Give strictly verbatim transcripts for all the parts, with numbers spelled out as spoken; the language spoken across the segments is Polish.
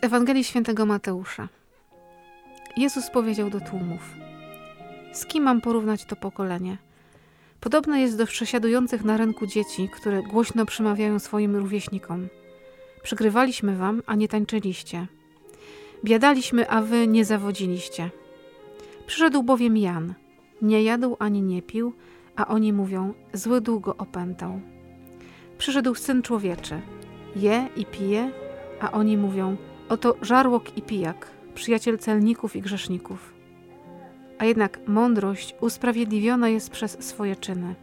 Ewangelii Świętego Mateusza. Jezus powiedział do tłumów: z kim mam porównać to pokolenie? Podobne jest do przesiadujących na rynku dzieci, które głośno przemawiają swoim rówieśnikom: przygrywaliśmy wam, a nie tańczyliście. Biadaliśmy, a wy nie zawodziliście. Przyszedł bowiem Jan. Nie jadł ani nie pił, a oni mówią: zły duch go opętał. Przyszedł Syn Człowieczy. Je i pije, a oni mówią: oto żarłok i pijak, przyjaciel celników i grzeszników. A jednak mądrość usprawiedliwiona jest przez swoje czyny.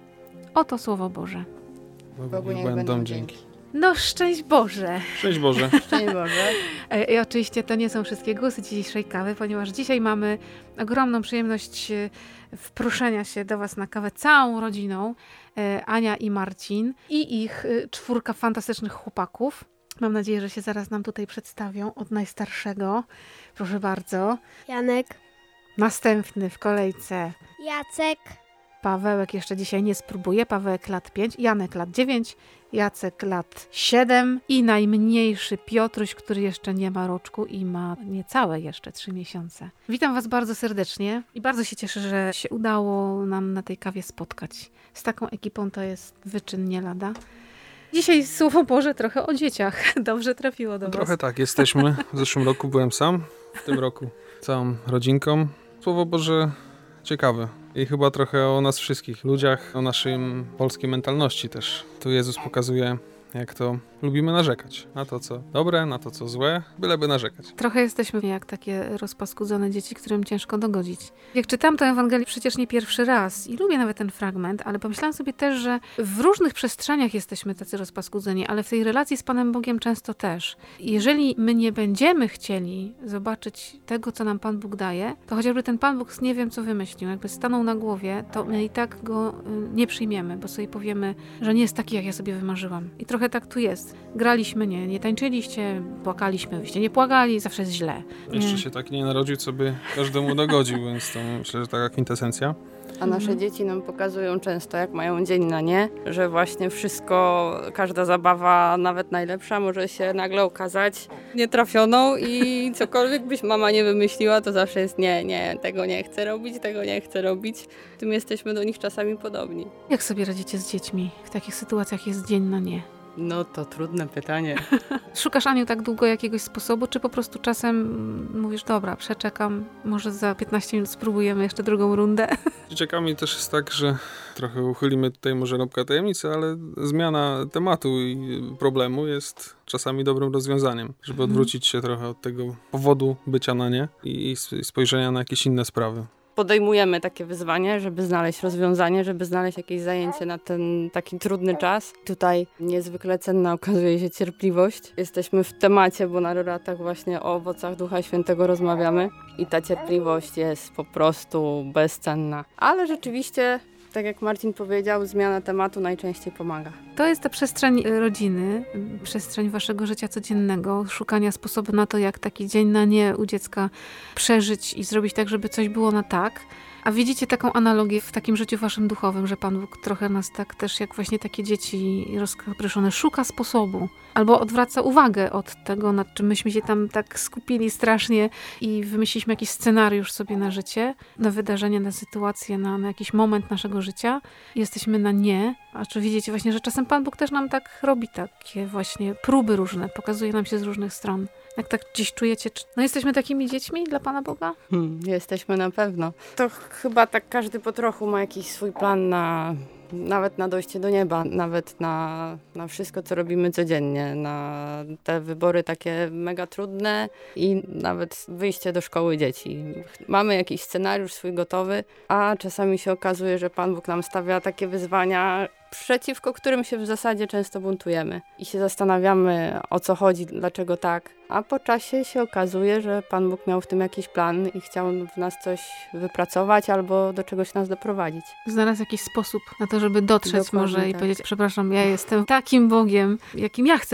Oto Słowo Boże. Bogu niech będą dzięki. No szczęść Boże! Szczęść Boże. Szczęść Boże. I oczywiście to nie są wszystkie głosy dzisiejszej kawy, ponieważ dzisiaj mamy ogromną przyjemność wproszenia się do Was na kawę całą rodziną, Ania i Marcin i ich czwórka fantastycznych chłopaków. Mam nadzieję, że się zaraz nam tutaj przedstawią od najstarszego. Proszę bardzo. Janek. Następny w kolejce Jacek. Pawełek jeszcze dzisiaj nie spróbuje. Pawełek lat pięć, Janek lat dziewięć, Jacek lat siedem i najmniejszy Piotruś, który jeszcze nie ma roczku i ma niecałe jeszcze trzy miesiące. Witam Was bardzo serdecznie i bardzo się cieszę, że się udało nam na tej kawie spotkać. Z taką ekipą to jest wyczyn nie lada. Dzisiaj Słowo Boże trochę o dzieciach. Dobrze trafiło do Was. Trochę tak, jesteśmy. W zeszłym roku byłem sam, w tym roku całą rodzinką. Słowo Boże ciekawe i chyba trochę o nas wszystkich, ludziach, o naszej polskiej mentalności też. Tu Jezus pokazuje, jak to lubimy narzekać. Na to, co dobre, na to, co złe, byleby narzekać. Trochę jesteśmy jak takie rozpaskudzone dzieci, którym ciężko dogodzić. Jak czytam tę Ewangelię przecież nie pierwszy raz i lubię nawet ten fragment, ale pomyślałam sobie też, że w różnych przestrzeniach jesteśmy tacy rozpaskudzeni, ale w tej relacji z Panem Bogiem często też. Jeżeli my nie będziemy chcieli zobaczyć tego, co nam Pan Bóg daje, to chociażby ten Pan Bóg nie wiem, co wymyślił, jakby stanął na głowie, to my i tak go nie przyjmiemy, bo sobie powiemy, że nie jest taki, jak ja sobie wymarzyłam. I trochę tak tu jest. Graliśmy, nie, nie tańczyliście, płakaliśmy, wyście nie płakali, zawsze jest źle. Jeszcze Nie. się tak nie narodził, co by każdemu dogodził, więc to myślę, że taka kwintesencja. A nasze mhm. dzieci nam pokazują często, jak mają dzień na nie, że właśnie wszystko, każda zabawa, nawet najlepsza, może się nagle okazać nietrafioną i cokolwiek byś mama nie wymyśliła, to zawsze jest nie, nie, tego nie chcę robić, tego nie chcę robić. Tym jesteśmy do nich czasami podobni. Jak sobie radzicie z dziećmi? W takich sytuacjach jest dzień na nie. No to trudne pytanie. Szukasz, Aniu, tak długo jakiegoś sposobu, czy po prostu czasem mówisz: dobra, przeczekam, może za piętnaście minut spróbujemy jeszcze drugą rundę? Z dzieciakami też jest tak, że trochę uchylimy tutaj może rąbka tajemnicy, ale zmiana tematu i problemu jest czasami dobrym rozwiązaniem, żeby odwrócić się trochę od tego powodu bycia na nie i spojrzenia na jakieś inne sprawy. Podejmujemy takie wyzwanie, żeby znaleźć rozwiązanie, żeby znaleźć jakieś zajęcie na ten taki trudny czas. Tutaj niezwykle cenna okazuje się cierpliwość. Jesteśmy w temacie, bo na roratach właśnie o owocach Ducha Świętego rozmawiamy i ta cierpliwość jest po prostu bezcenna. Ale rzeczywiście, tak jak Marcin powiedział, zmiana tematu najczęściej pomaga. To jest ta przestrzeń rodziny, przestrzeń waszego życia codziennego, szukania sposobu na to, jak taki dzień na nie u dziecka przeżyć i zrobić tak, żeby coś było na tak. A widzicie taką analogię w takim życiu waszym duchowym, że Pan Bóg trochę nas tak też, jak właśnie takie dzieci rozkapryszone, szuka sposobu albo odwraca uwagę od tego, nad czym myśmy się tam tak skupili strasznie i wymyśliliśmy jakiś scenariusz sobie na życie, na wydarzenia, na sytuację, na, na jakiś moment naszego życia. Jesteśmy na nie. A czy widzicie właśnie, że czasem Pan Bóg też nam tak robi takie właśnie próby różne, pokazuje nam się z różnych stron. Jak tak gdzieś czujecie, czy no jesteśmy takimi dziećmi dla Pana Boga? Hmm, jesteśmy na pewno. To chyba tak każdy po trochu ma jakiś swój plan na, nawet na dojście do nieba, nawet na, na wszystko, co robimy codziennie, na te wybory takie mega trudne i nawet wyjście do szkoły dzieci. Mamy jakiś scenariusz swój gotowy, a czasami się okazuje, że Pan Bóg nam stawia takie wyzwania, przeciwko którym się w zasadzie często buntujemy i się zastanawiamy, o co chodzi, dlaczego tak, a po czasie się okazuje, że Pan Bóg miał w tym jakiś plan i chciał w nas coś wypracować albo do czegoś nas doprowadzić. Znalazł jakiś sposób na to, żeby dotrzeć Dokładnie może i tak. powiedzieć: przepraszam, ja jestem takim Bogiem, jakim ja chcę być.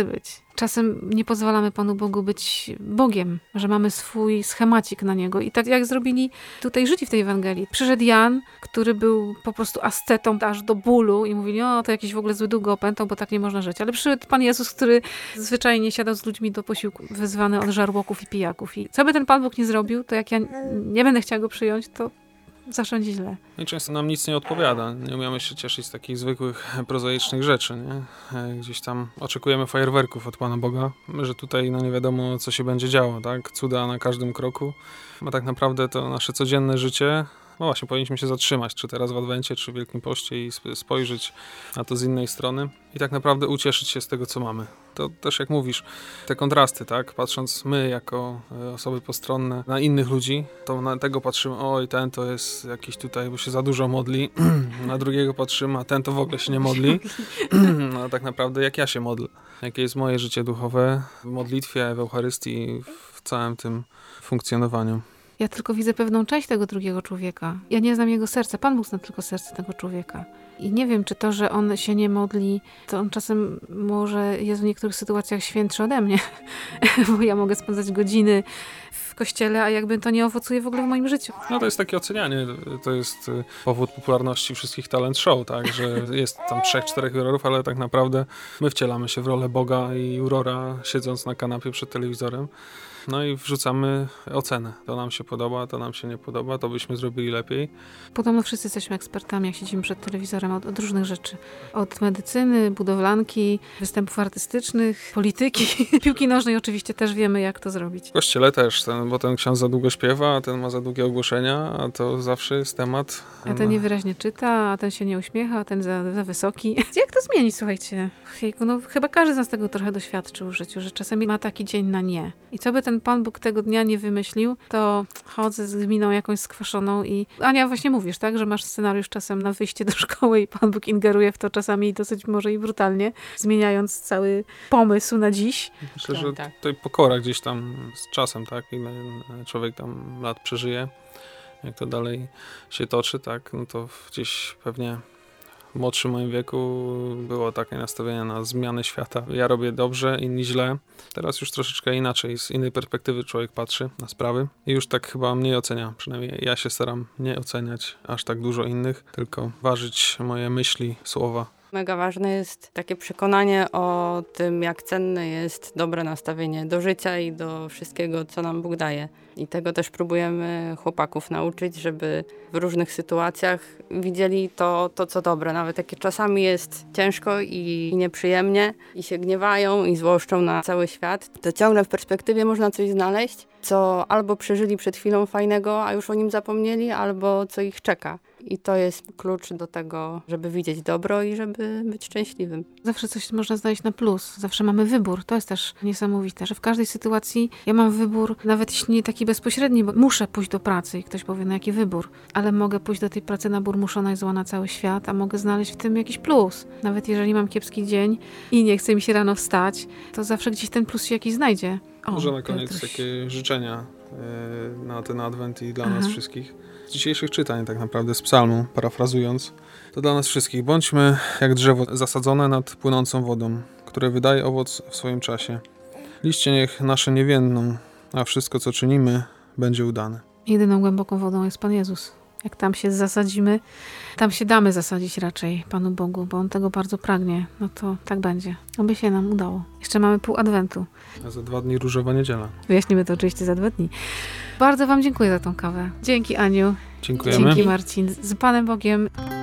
Czasem nie pozwalamy Panu Bogu być Bogiem, że mamy swój schemacik na Niego. I tak jak zrobili tutaj Żydzi w tej Ewangelii. Przyszedł Jan, który był po prostu ascetą aż do bólu i mówili, o, to jakiś w ogóle zły dług go opętał, bo tak nie można żyć. Ale przyszedł Pan Jezus, który zwyczajnie siadał z ludźmi do posiłku, wyzwany od żarłoków i pijaków. I co by ten Pan Bóg nie zrobił, to jak ja nie będę chciała go przyjąć, to zarządzi źle. No i często nam nic nie odpowiada. Nie umiemy się cieszyć z takich zwykłych, prozaicznych rzeczy, nie? Gdzieś tam oczekujemy fajerwerków od Pana Boga, że tutaj no nie wiadomo, co się będzie działo, tak? Cuda na każdym kroku. A tak naprawdę to nasze codzienne życie, no właśnie, powinniśmy się zatrzymać, czy teraz w Adwencie, czy w Wielkim Poście i spojrzeć na to z innej strony i tak naprawdę ucieszyć się z tego, co mamy. To też, jak mówisz, te kontrasty, tak? Patrząc my jako osoby postronne na innych ludzi, to na tego patrzymy, oj, ten to jest jakiś tutaj, bo się za dużo modli, na drugiego patrzymy, a ten to w ogóle się nie modli. No tak naprawdę jak ja się modlę. Jakie jest moje życie duchowe w modlitwie, w Eucharystii, w całym tym funkcjonowaniu. Ja tylko widzę pewną część tego drugiego człowieka. Ja nie znam jego serca. Pan Bóg zna tylko serce tego człowieka. I nie wiem, czy to, że on się nie modli, to on czasem może jest w niektórych sytuacjach świętszy ode mnie. Bo ja mogę spędzać godziny w kościele, a jakby to nie owocuje w ogóle w moim życiu. No to jest takie ocenianie. To jest powód popularności wszystkich talent show, tak? Że jest tam trzech, czterech jurorów, ale tak naprawdę my wcielamy się w rolę Boga i jurora, siedząc na kanapie przed telewizorem. No i wrzucamy ocenę. To nam się podoba, to nam się nie podoba, to byśmy zrobili lepiej. Podobno wszyscy jesteśmy ekspertami, jak siedzimy przed telewizorem od, od różnych rzeczy. Od medycyny, budowlanki, występów artystycznych, polityki, piłki nożnej oczywiście też wiemy, jak to zrobić. W kościele też, ten, bo ten ksiądz za długo śpiewa, a ten ma za długie ogłoszenia, a to zawsze jest temat. A ten niewyraźnie czyta, a ten się nie uśmiecha, a ten za, za wysoki. Jak to zmienić, słuchajcie? Jejku, no, chyba każdy z nas tego trochę doświadczył w życiu, że czasami ma taki dzień na nie. I co by ten Pan Bóg tego dnia nie wymyślił, to chodzę z miną jakąś skwaszoną i Ania, właśnie mówisz, tak, że masz scenariusz czasem na wyjście do szkoły i Pan Bóg ingeruje w to czasami dosyć może i brutalnie, zmieniając cały pomysł na dziś. Myślę, tak, że tak. tutaj pokora gdzieś tam z czasem, tak, ile człowiek tam lat przeżyje, jak to dalej się toczy, tak, no to gdzieś pewnie w młodszym moim wieku było takie nastawienie na zmianę świata. Ja robię dobrze, inni źle. Teraz już troszeczkę inaczej, z innej perspektywy człowiek patrzy na sprawy i już tak chyba mniej ocenia. Przynajmniej ja się staram nie oceniać aż tak dużo innych, tylko ważyć moje myśli, słowa. Mega ważne jest takie przekonanie o tym, jak cenne jest dobre nastawienie do życia i do wszystkiego, co nam Bóg daje. I tego też próbujemy chłopaków nauczyć, żeby w różnych sytuacjach widzieli to, to co dobre. Nawet jak czasami jest ciężko i nieprzyjemnie i się gniewają i złoszczą na cały świat, to ciągle w perspektywie można coś znaleźć, co albo przeżyli przed chwilą fajnego, a już o nim zapomnieli, albo co ich czeka. I to jest klucz do tego, żeby widzieć dobro i żeby być szczęśliwym. Zawsze coś można znaleźć na plus. Zawsze mamy wybór. To jest też niesamowite, że w każdej sytuacji ja mam wybór, nawet jeśli nie taki bezpośredni, bo muszę pójść do pracy i ktoś powie, no jaki wybór. Ale mogę pójść do tej pracy na burmuszona i zła na cały świat, a mogę znaleźć w tym jakiś plus. Nawet jeżeli mam kiepski dzień i nie chce mi się rano wstać, to zawsze gdzieś ten plus się jakiś znajdzie. O, Może na koniec Piotruś. takie życzenia yy, na ten Adwent i dla Aha. nas wszystkich. Z dzisiejszych czytań tak naprawdę, z psalmu, parafrazując, to dla nas wszystkich. Bądźmy jak drzewo zasadzone nad płynącą wodą, które wydaje owoc w swoim czasie. Liście niech nasze nie więdną, a wszystko, co czynimy, będzie udane. Jedyną głęboką wodą jest Pan Jezus. Jak tam się zasadzimy, tam się damy zasadzić raczej Panu Bogu, bo On tego bardzo pragnie. No to tak będzie. Oby się nam udało. Jeszcze mamy pół Adwentu. A za dwa dni różowa niedziela. Wyjaśnimy to oczywiście za dwa dni. Bardzo Wam dziękuję za tą kawę. Dzięki, Aniu. Dziękujemy. Dzięki, Marcin. Z Panem Bogiem.